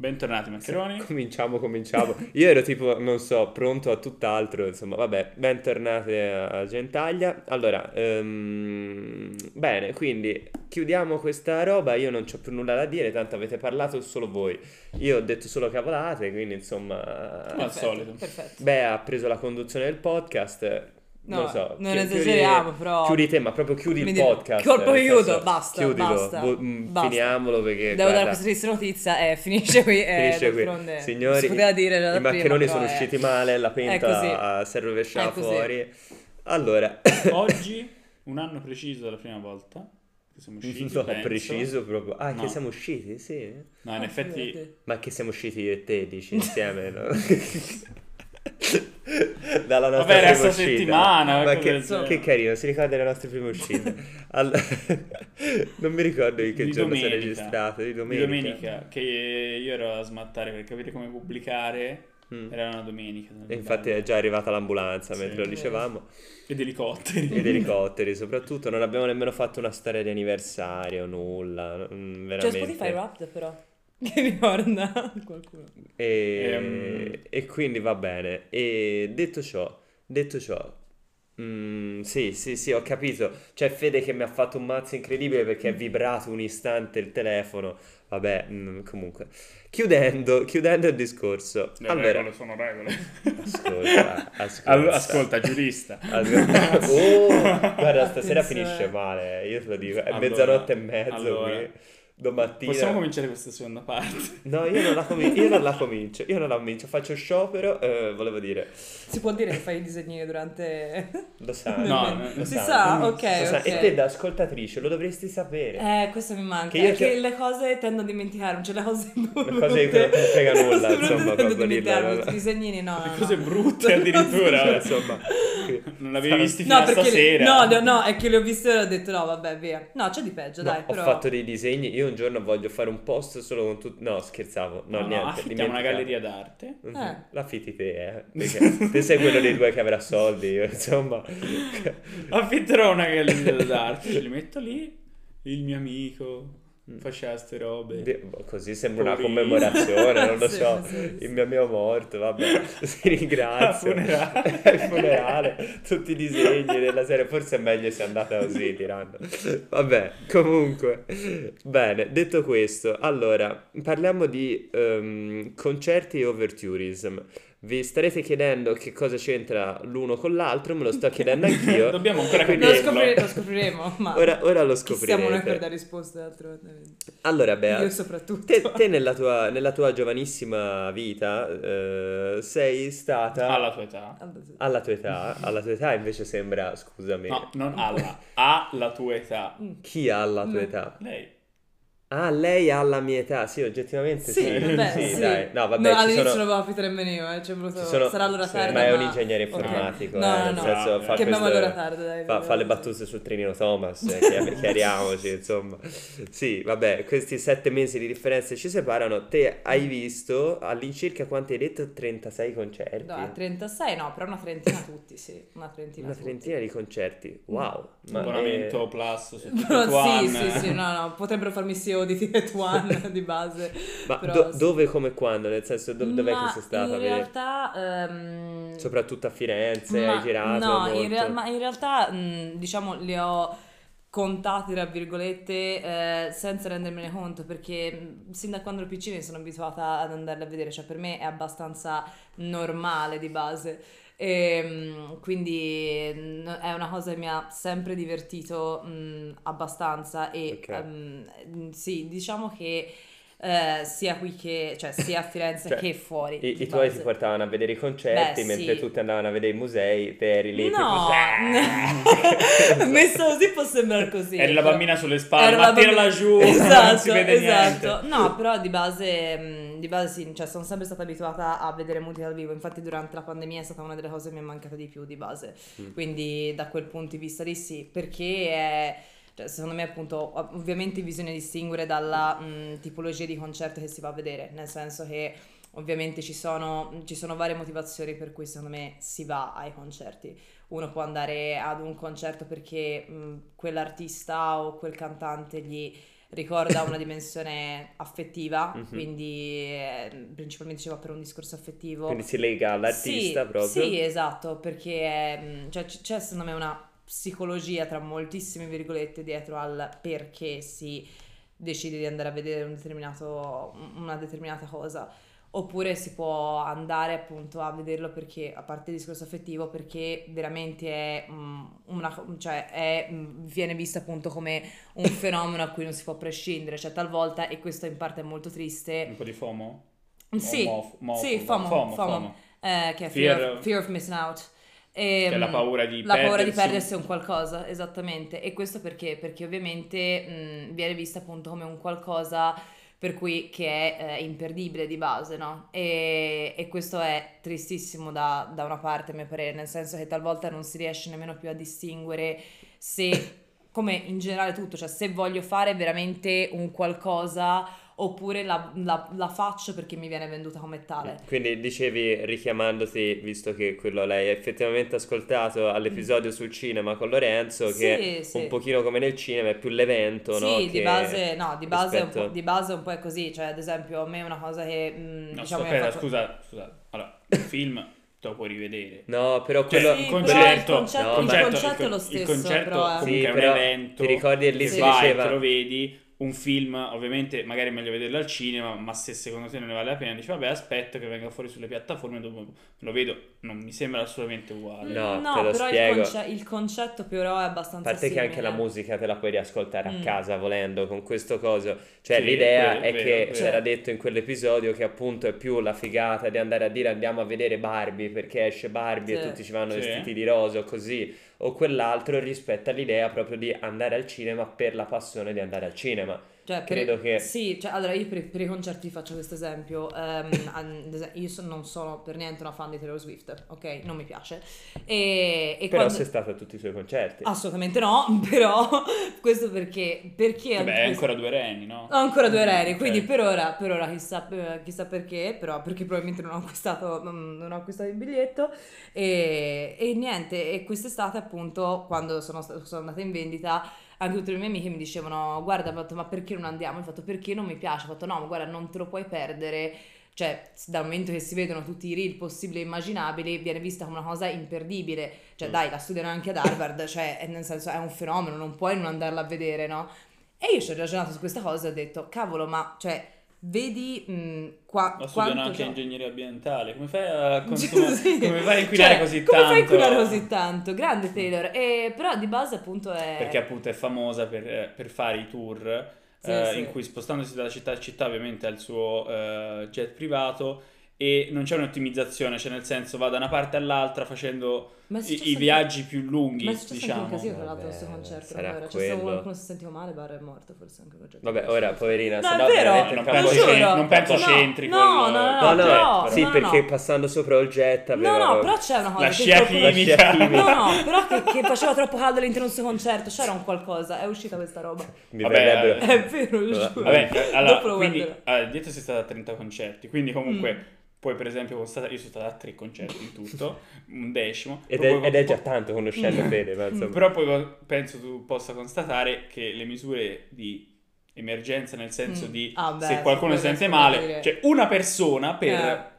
Bentornati Maccheroni. Cominciamo. Io ero tipo, non so, pronto a tutt'altro, insomma, vabbè, bentornati a Gentaglia. Allora, bene, quindi chiudiamo questa roba, io non c'ho più nulla da dire, tanto avete parlato solo voi. Io ho detto solo cavolate, quindi insomma, Come al solito. Perfetto. Beh, ha preso la conduzione del podcast. Non lo No, so, non esageriamo, però. chiudi te, ma proprio chiudi il Mi dire, podcast. colpo nel chiudo, senso, basta, chiudilo, basta, basta. finiamolo perché Devo dare guarda, questa triste notizia e finisce qui. finisce qui. D'altronde Signori, si poteva dire già da i prima, maccheroni però sono usciti male, la è penta si è rovesciata È così. fuori. Allora, Oggi, un anno preciso dalla prima volta che siamo usciti, no, penso. preciso proprio. Ah, No. che siamo usciti, sì. No, in effetti... Ma che siamo usciti io e te, dici, insieme, no? Dalla nostra Vabbè, prima resta uscita. settimana, Ma cose del che genere. carino, si ricorda le nostre prime uscite. Non mi ricordo di che giorno si è registrato, di Di domenica. domenica, che io ero a smattare per capire come pubblicare. Era una domenica. E infatti è già arrivata l'ambulanza Sì. mentre lo dicevamo. Ed elicotteri. Ed elicotteri soprattutto. Non abbiamo nemmeno fatto una storia di anniversario, nulla. Veramente. C'è Spotify Wrapped però. Che ricorda qualcuno. E quindi va bene. E detto ciò, sì, ho capito. C'è Fede che mi ha fatto un mazzo incredibile perché è vibrato un istante il telefono. Vabbè, comunque. Chiudendo il discorso. Le Allora, regole sono regole. ascolta, giurista. Oh, guarda, stasera Attenzione. finisce male, io te lo dico. È Allora, mezzanotte e mezzo allora. qui. Domattina. Possiamo cominciare questa seconda parte? No, io non la comincio, faccio sciopero, volevo dire, Si può dire che fai i disegnini durante. lo sa, No, lo Si sa, sa, ok, lo sa. ok. E te da ascoltatrice lo dovresti sapere. Questo mi manca. Che io È che ti- le cose tendo a dimenticarmi, cioè le cose brutte. Le cose che non ti frega nulla, Soprattutto insomma, tendo a proprio lì, dimenticarmi, no. i disegnini no. Le no, cose no. brutte addirittura. Cioè, insomma, Non l'avevi visti fino No, a perché stasera. no, è che le ho viste e ho detto no, vabbè, via. No, c'è di peggio, no, dai, ho però. fatto dei disegni, io un giorno voglio fare un post solo con tutti, no, scherzavo, no, No, niente, affittiamo una dimenticato. galleria d'arte. L'affitti te, perché te sei quello dei due che avrà soldi, io, insomma. Affitterò una galleria d'arte, ce li metto lì. Il mio amico faceva ste robe. Così sembra una Poverino. commemorazione, non lo Sì, so, sì. il mio amico morto, vabbè, ti ringrazio. Al funerale. Il funerale, tutti i disegni della serie, forse è meglio se è andata così tirando. Vabbè, comunque, bene, detto questo, allora, parliamo di concerti e overtourism. Vi starete chiedendo che cosa c'entra l'uno con l'altro, me lo sto chiedendo anch'io. Dobbiamo ancora Quindi capirlo. Lo scopriremo, ma ora lo chi siamo noi per scoprirete. dare risposte d'altronde. Allora, Bea, Io soprattutto. te nella tua giovanissima vita sei stata Alla tua età. alla tua età invece sembra, scusami, No, non alla tua età. chi ha la tua No. età? Lei. Ah, lei ha la mia età, sì, oggettivamente sì, vabbè, sì, sì. dai, no, vabbè, ci all'inizio sono, non avevo capire nemmeno io, cioè, ci sono- sarà l'ora sì, tarda, ma è un ingegnere ok. informatico, No, nel no, senso, no, fa chiamiamo queste- l'ora tarda, dai. fa le battute su Trinino Thomas, chiariamoci, insomma. Sì, vabbè, questi 7 mesi di differenza ci separano. Te hai visto all'incirca quanti hai detto? 36 concerti? No, 36 no, però una trentina tutti, sì, una trentina Una tutti. trentina di concerti, wow. Ma Abbonamento plus su Però Ticket One. sì, no, potrebbero farmi CEO di Ticket One di base. Ma però sì. dove, come, quando? Nel senso, dov'è Ma che sei stata? a in vedere? realtà Soprattutto a Firenze, ma hai girato no, molto? ma in realtà diciamo li ho contati tra virgolette senza rendermene conto perché sin da quando ero piccina mi sono abituata ad andarli a vedere, cioè per me è abbastanza normale di base. Quindi è una cosa che mi ha sempre divertito abbastanza e Ok. sì, diciamo che sia qui che, cioè sia a Firenze Cioè, che fuori I di tuoi base. ti portavano a vedere i concerti, Beh, mentre sì. tutti andavano a vedere i musei, te eri lì No, tipo... messo così può sembrare così. Eri la però- bambina sulle spalle, Ero ma la tirala bambina- giù, esatto, non si vede esatto. niente. No, però di base sì, cioè sono sempre stata abituata a vedere musica dal vivo. Infatti durante la pandemia è stata una delle cose che mi è mancata di più di base. Quindi da quel punto di vista lì sì, perché cioè, secondo me appunto ovviamente bisogna distinguere dalla tipologia di concerto che si va a vedere, nel senso che ovviamente ci sono varie motivazioni per cui secondo me si va ai concerti. Uno può andare ad un concerto perché quell'artista o quel cantante gli ricorda una dimensione affettiva, quindi principalmente ci va per un discorso affettivo. Quindi si lega all'artista proprio. Sì, esatto, perché c'è secondo me una psicologia tra moltissime virgolette dietro al perché si decide di andare a vedere una determinata cosa. Oppure si può andare appunto a vederlo perché, a parte il discorso affettivo, perché veramente è viene visto appunto come un fenomeno a cui non si può prescindere, cioè talvolta, e questo in parte è molto triste. Un po' di FOMO? Sì, FOMO. Che è fear of missing out. Che è la paura di perdersi un qualcosa, esattamente. E questo perché ovviamente viene vista appunto come un qualcosa per cui che è imperdibile di base, no? E questo è tristissimo da una parte, a mio parere, nel senso che talvolta non si riesce nemmeno più a distinguere se, come in generale tutto, cioè se voglio fare veramente un qualcosa oppure la faccio perché mi viene venduta come tale. Quindi dicevi, richiamandoti, visto che quello l'hai effettivamente ascoltato all'episodio sul cinema con Lorenzo, che un pochino come nel cinema è più l'evento, no? Sì, di base un po' è così, cioè ad esempio a me è una cosa che scusa, allora, il film te lo puoi rivedere. No, però quello, il concetto è lo stesso, il concetto però comunque è un evento, ti ricordi lì si vai, diceva, te lo vedi. Un film, ovviamente, magari è meglio vederlo al cinema, ma se secondo te non ne vale la pena, dici vabbè, aspetto che venga fuori sulle piattaforme, dopo lo vedo, non mi sembra assolutamente uguale. No, te lo però spiego. Il concetto però è abbastanza a parte simile. che anche la musica te la puoi riascoltare a casa volendo con questo coso, cioè Sì, l'idea è vero, che vero. era detto in quell'episodio che appunto è più la figata di andare a dire andiamo a vedere Barbie perché esce Barbie e tutti ci vanno vestiti di rosa o così, o quell'altro, rispetto all'idea proprio di andare al cinema per la passione di andare al cinema. Cioè, credo che sì, cioè, allora io per i concerti faccio questo esempio. Io non sono per niente una fan di Taylor Swift, ok? Non mi piace. Però sei stata a tutti i suoi concerti. Assolutamente no, però questo perché Vabbè, è ancora 2 reni, no? Ho ancora 2 reni, quindi Ok. per ora chissà perché, però perché probabilmente non ho acquistato il biglietto e niente, e quest'estate appunto quando sono andata in vendita anche tutte le mie amiche mi dicevano guarda, ho fatto, ma perché non andiamo? Ho fatto perché non mi piace? Ho fatto no, ma guarda, non te lo puoi perdere, cioè dal momento che si vedono tutti i reel possibili e immaginabili viene vista come una cosa imperdibile, cioè dai, la studiano anche ad Harvard, cioè nel senso è un fenomeno, non puoi non andarla a vedere, no? E io ci ho ragionato su questa cosa e ho detto cavolo, ma cioè vedi Ma studiano anche ingegneria ambientale, come fai a consumare, Sì. come fai a inquinare così tanto? Come fai a inquinare così tanto? Grande Taylor. Però di base appunto è... Perché appunto è famosa per fare i tour Sì. in cui spostandosi da città a città ovviamente ha il suo jet privato e non c'è un'ottimizzazione, cioè nel senso va da una parte all'altra facendo i viaggi più lunghi, Ma è successo diciamo. anche un casino tra l'altro questo Vabbè, concerto. sarà Allora, c'è quello. stato qualcuno si sentiva male, Barra è morto forse anche quel Vabbè, ora poverina, No, se è no vero, veramente non non penso, lo giuro. non penso No, c'entri no, col- no, però- sì, no, perché no. passando sopra il jet aveva No, però c'è una cosa La che scia proprio- chimica. La scia chimica. No, però che faceva troppo caldo all'interno del suo concerto, c'era un qualcosa, è uscita questa roba. mi Vabbè, verrebbero È vero, lo giuro. Vabbè, allora, Dopo lo quindi guarderò. dietro sei stata a 30 concerti, quindi comunque poi per esempio io sono stata a 3 concerti in tutto, un decimo. ed Poi- è già tanto conoscendo Fede, ma insomma. Però poi penso tu possa constatare che le misure di emergenza, nel senso di Ah, beh, se qualcuno sì, si sente quello male, si può dire. cioè una persona per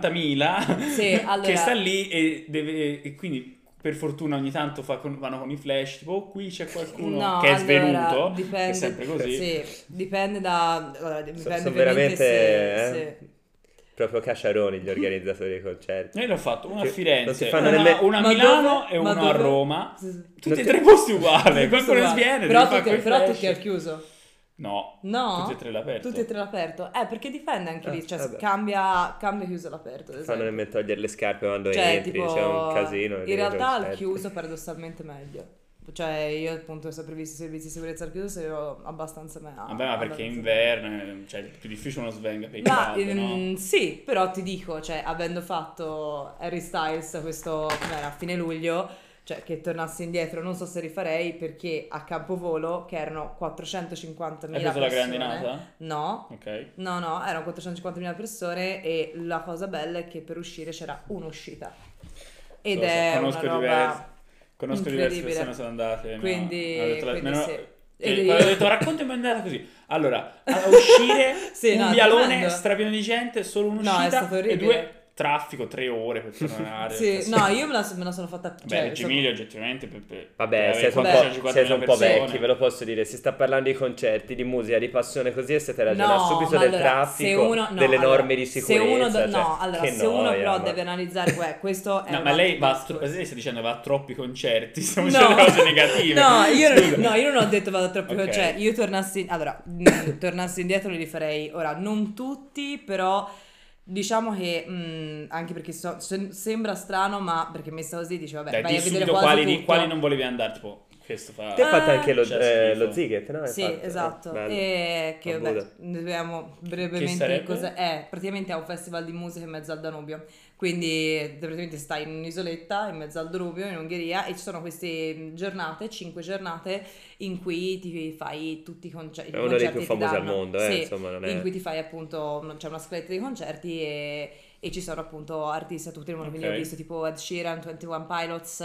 50.000 Sì, allora- che sta lì e quindi per fortuna ogni tanto vanno con i flash, tipo oh, qui c'è qualcuno No, che è allora, svenuto, dipende, è sempre così. Sì, dipende da... Allora, dipende sono ovviamente veramente se... proprio cacciaroni gli organizzatori dei concerti. Io l'ho fatto una a Che non Firenze, si fanno una a Ma Milano dove? e Ma una a dove? Roma. Sì. Tutti e 3 posti uguali, Tutti qualcuno uguali. sviene, Però devi fare tutti, quel però flash. tutti al chiuso. No, No? tutti e 3 all'aperto. Tutti e 3 all'aperto. Perché dipende anche lì, cioè vabbè. cambia chiuso all'aperto, ad Fanno esempio. nemmeno togliere le scarpe quando Cioè, entri, tipo, c'è un casino. in realtà al chiuso paradossalmente meglio. Cioè, io appunto ho sempre visto i servizi di sicurezza al chiuso, ero abbastanza Vabbè, ma perché in abbastanza- inverno, cioè, è più difficile uno svenga per il Ma caldo, no? sì, però ti dico, cioè, avendo fatto Harry Styles questo, com'era, a fine luglio, cioè che tornassi indietro, non so se rifarei perché a Campovolo, che erano 450.000 Hai preso la persone, grandinata? no, Ok. no, erano 450.000 persone e la cosa bella è che per uscire c'era un'uscita. Ed è una roba Conosco diverse incredibile. persone che sono andate. Quindi- hanno detto quindi almeno sì. E quando ho detto raccontami è andata così. Allora, a uscire Sì, un no, vialone tremendo. strapieno di gente, solo No, è un'uscita stato e orribile. 2 traffico, 3 ore per tornare. Sì, no, io me la sono fatta... Beh, cioè, Reggio Emilia oggettivamente Vabbè, avere siete un po' persone. vecchi, ve lo posso dire. Si sta parlando di concerti, di musica, di passione così e siete ragionati No, subito ma del allora, traffico, se uno, no, delle allora, norme di se sicurezza. uno cioè, no, allora, che se uno noia, però ma- deve analizzare, questo è No, un ma lei altro va discorso. lei sta dicendo va a troppi concerti, stiamo No. dicendo cose negative. No, Scusa. io non ho detto vado troppo, Ok. cioè io tornassi indietro li rifarei, ora non tutti, però diciamo che anche perché sembra strano, ma perché messa così dice vabbè, Dai, vai di a vedere subito quasi quali, tutto. quali non volevi andare, tipo questo fa... Te hai fatto anche lo c'è schifo. Ziget, no? Hai Sì, fatto? esatto. Bello. E che A vabbè, Buda. ne dobbiamo Che brevemente sarebbe? cosa è. Praticamente è un festival di musica in mezzo al Danubio. Quindi praticamente stai in un'isoletta in mezzo al Danubio in Ungheria e ci sono queste giornate, 5 giornate in cui ti fai tutti i concerti. È uno dei più famosi al mondo, sì, insomma, non è... in cui ti fai appunto, c'è una scaletta di concerti e ci sono appunto artisti a tutto il mondo, quindi Ok. ho visto tipo Ed Sheeran, 21 Pilots,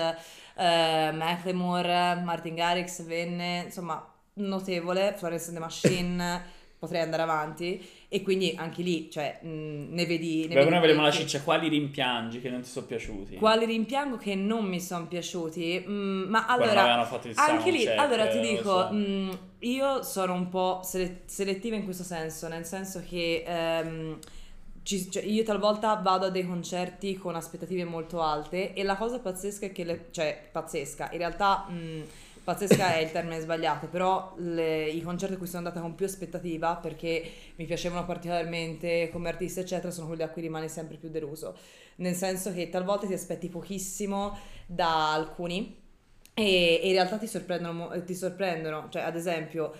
Macklemore, Martin Garrix venne, insomma notevole, Florence and the Machine, potrei andare avanti e quindi anche lì, cioè ne vedi Beh, noi vedremo la parecchi. ciccia, quali rimpiangi che non ti sono piaciuti? Quali rimpiango che non mi sono piaciuti? Ma Quando allora, avevano fatto il anche lì, soundcheck, allora ti non lo dico, so. io sono un po' selettiva in questo senso, nel senso che cioè, io talvolta vado a dei concerti con aspettative molto alte e la cosa pazzesca è che, cioè pazzesca, in realtà pazzesca è il termine sbagliato, però i concerti a cui sono andata con più aspettativa perché mi piacevano particolarmente come artista eccetera sono quelli a cui rimane sempre più deluso, nel senso che talvolta ti aspetti pochissimo da alcuni e in realtà ti sorprendono, cioè ad esempio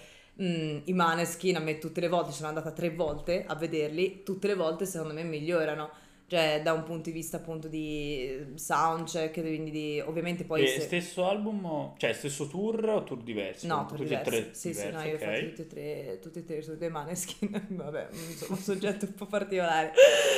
i Maneskin a me tutte le volte, sono andata 3 volte a vederli, tutte le volte secondo me migliorano, cioè da un punto di vista appunto di soundcheck, quindi ovviamente poi E stesso album, cioè stesso tour o tour diversi? no, tour Tutti e diversi. tre Sì, diversi, sì, no, io ho ok. fatto tutti e tre dei Maneskin, vabbè, insomma, un soggetto un po' particolare.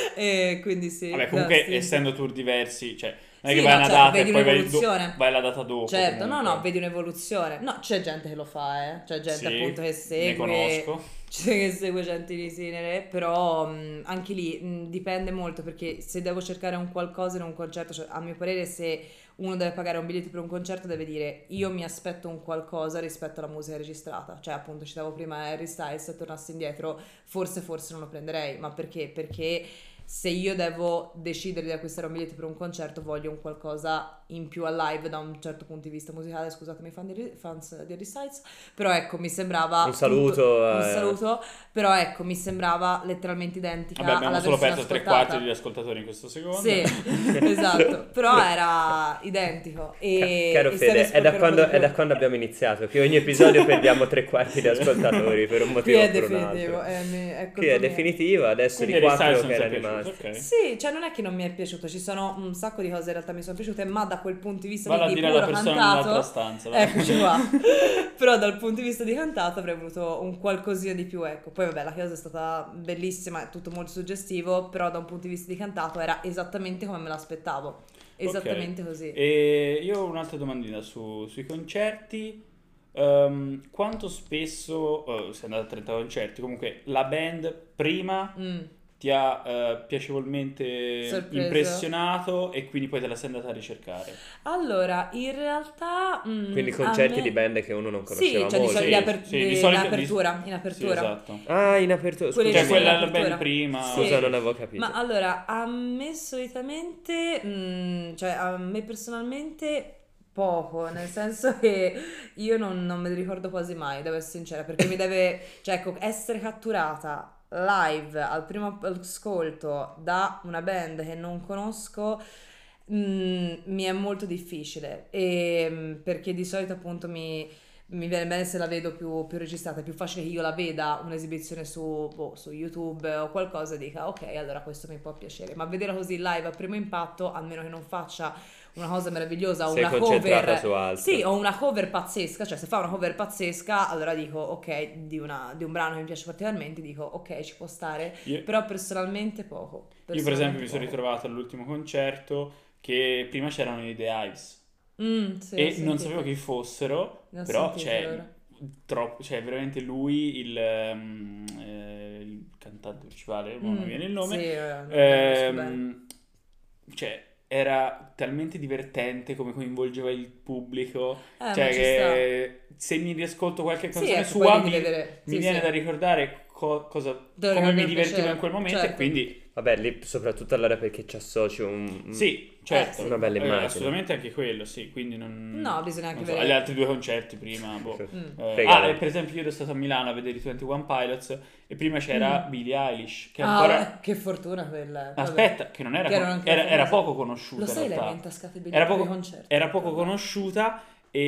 E quindi sì. Vabbè, comunque sì. essendo tour diversi, cioè non è Sì, che vai no, una certo, data vedi e poi un'evoluzione. vai la data dopo. Certo, comunque. no, vedi un'evoluzione. No, c'è gente che lo fa, c'è gente Sì, appunto che ne segue, conosco. che segue gente di Sinere, però anche lì dipende molto perché se devo cercare un qualcosa in un concerto, cioè, a mio parere se uno deve pagare un biglietto per un concerto deve dire io mi aspetto un qualcosa rispetto alla musica registrata, cioè appunto citavo prima Harry Styles, se tornassi indietro forse non lo prenderei, ma perché? Perché se io devo decidere di acquistare un biglietto per un concerto voglio un qualcosa in più al live da un certo punto di vista musicale, scusatemi fans di Harry Styles, però ecco mi sembrava Un saluto, un saluto, però ecco mi sembrava letteralmente identica Vabbè, abbiamo alla solo versione perso 3 ascoltata. quarti degli ascoltatori in questo secondo. Sì, esatto, però era identico e Caro e Fede, stavi è sporcando da di più. quando abbiamo iniziato che ogni episodio perdiamo 3 quarti di ascoltatori per un Qui motivo è o per un definitivo, altro. è Qui è colpa mia. definitiva, adesso Quindi di Harry 4 Styles non che ti è erano piaciuto, rimasti. ok. Sì, cioè non è che non mi è piaciuto, ci sono un sacco di cose in realtà mi sono piaciute, ma da quel punto di vista Vado a di dire puro alla persona nell'altra cantato, stanza. vai. eccoci qua, però dal punto di vista di cantato avrei voluto un qualcosina di più, ecco, poi vabbè la cosa è stata bellissima, è tutto molto suggestivo, però da un punto di vista di cantato era esattamente come me l'aspettavo, esattamente Ok. così. E io ho un'altra domandina sui concerti. Quanto spesso sei andato a 30 concerti? Comunque la band prima Mm. ti ha piacevolmente Sorpreso. impressionato e quindi poi te la sei andata a ricercare. Allora, in realtà Quindi a concerti me- di band che uno non Sì, conosceva cioè di molto. solito Sì, di in solito- apertura, in Sì, apertura. esatto. Ah, in apertura. Quelli Scusa, Cioè sì, quella in la band apertura. prima. Sì. scusa, non avevo capito. Ma allora, a me solitamente, cioè a me personalmente poco, nel senso che io non me li ricordo quasi mai, devo essere sincera, perché mi deve, cioè ecco, essere catturata live al primo ascolto da una band che non conosco mi è molto difficile perché di solito appunto mi viene bene se la vedo più registrata, è più facile che io la veda un'esibizione su YouTube o qualcosa e dica ok, allora questo mi può piacere, ma vederla così live a primo impatto, a meno che non faccia una cosa meravigliosa o Sei una concentrata cover, su altro. sì, o una cover pazzesca, cioè se fa una cover pazzesca allora dico ok, di un brano che mi piace particolarmente dico ok, ci può stare, Io, però personalmente poco. io, per esempio mi sono Poco. ritrovato all'ultimo concerto che prima c'erano i The Hives Sì, e ho non sentito. sapevo chi fossero, Ne ho però sentito cioè, loro. troppo, cioè veramente lui il cantante principale, non mi viene il nome, Sì, non conosco bene. cioè era talmente divertente come coinvolgeva il pubblico, cioè Ma ci che se mi riascolto qualche Sì, canzone ecco, sua poi devi vedere. mi Sì, viene sì. da ricordare Dove come mi mi divertivo piaceva. in quel momento, Certo. e quindi Vabbè, lì soprattutto allora perché ci associ sì, certo, sì. una bella immagine. assolutamente anche quello, sì, quindi non... No, bisogna anche non so, vedere. agli altri 2 concerti prima, boh. Fregati. E per esempio io ero stato a Milano a vedere i 21 Pilots e prima c'era Billie Eilish, che Ah, ancora... vabbè, che fortuna quella. Vabbè. Aspetta, che non era, Che erano anche era famose. poco conosciuta Lo sai, in lei realtà. mi intascate i Era biglietti poco, dei concerti. era poco Vabbè. conosciuta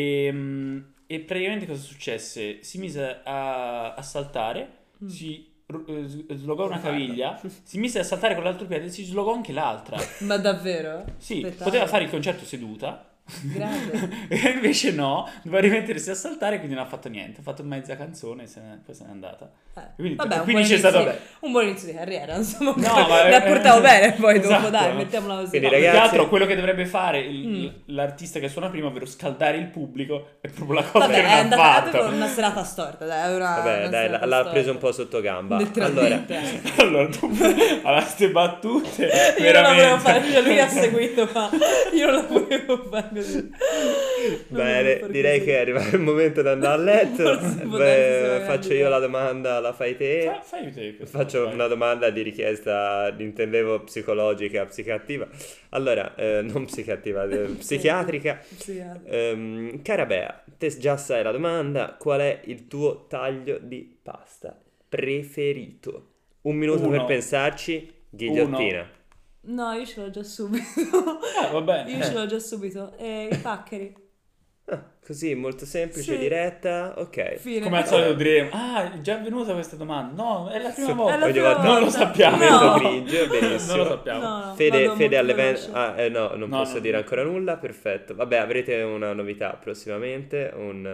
e praticamente cosa successe? Si mise a saltare, si slogò una caviglia, si mise a saltare con l'altro piede e si slogò anche l'altra. Ma davvero? Sì, Spettacolo. poteva fare il concerto seduta. Grande. E invece no, doveva rimettersi a saltare, quindi non ha fatto niente. Ha fatto mezza canzone e poi se n'è andata. Quindi, Vabbè, quindi c'è stato. un buon inizio di carriera, insomma. No, ma la portavo bene poi dopo, esatto. dai, mettiamola così. Quindi, No, più che ragazzi- altro quello che dovrebbe fare l'artista che suona prima, ovvero scaldare il pubblico, è proprio la cosa Vabbè, che non è ha andata fatto. proprio una serata storta, dai, Vabbè, una dai, serata l'ha storta. preso un po' sotto gamba. Allora, Letteralmente. Allora, tu alla ste battute, Io non la volevo veramente. fare, cioè lui ha seguito, ma io non la volevo fare così. Non volevo bene, fare direi così. che è arrivato il momento di andare a letto. Forse può darsi se magari Faccio direi. io la domanda, la fai te. Fai te questo, Faccio vai. una domanda di richiesta, intendevo psicologica, psicoattiva. Allora, non psicoattiva, psichiatrica. Sì, Cara Bea, te già sai la domanda, qual è il tuo taglio di pasta preferito? Un minuto per Uno. pensarci, ghigliottina. No, io ce l'ho già subito. Va bene. Io ce l'ho già subito. E i paccheri. Ah, così, molto semplice, Sì. diretta, ok. Fine. Come al solito diremo, è già venuta questa domanda. No, è la prima volta. È la Voglio prima guardare- Non lo volta. sappiamo. Momento No. cringe, benissimo. Non lo sappiamo. No, Fede vado molto all'evento. veloce. No, non No, posso no, dire no. ancora nulla. Perfetto. Vabbè, avrete una novità prossimamente.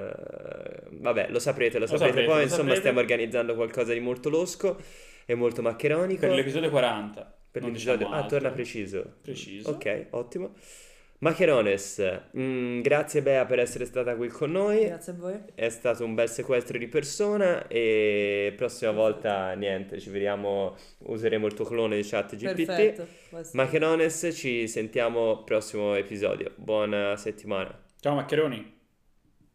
Vabbè, lo saprete poi. saprete, Insomma, lo saprete. stiamo organizzando qualcosa di molto losco e molto maccheronico. Per l'episodio 40. Per non l'episodio. diciamo altro. Torna preciso. Preciso. Ok, ottimo. Maccherones, grazie Bea per essere stata qui con noi. Grazie a voi. È stato un bel sequestro di persona e prossima volta niente, ci vediamo, useremo il tuo clone di chat GPT. Perfetto. Basta. Maccherones, ci sentiamo prossimo episodio. Buona settimana. Ciao Maccheroni.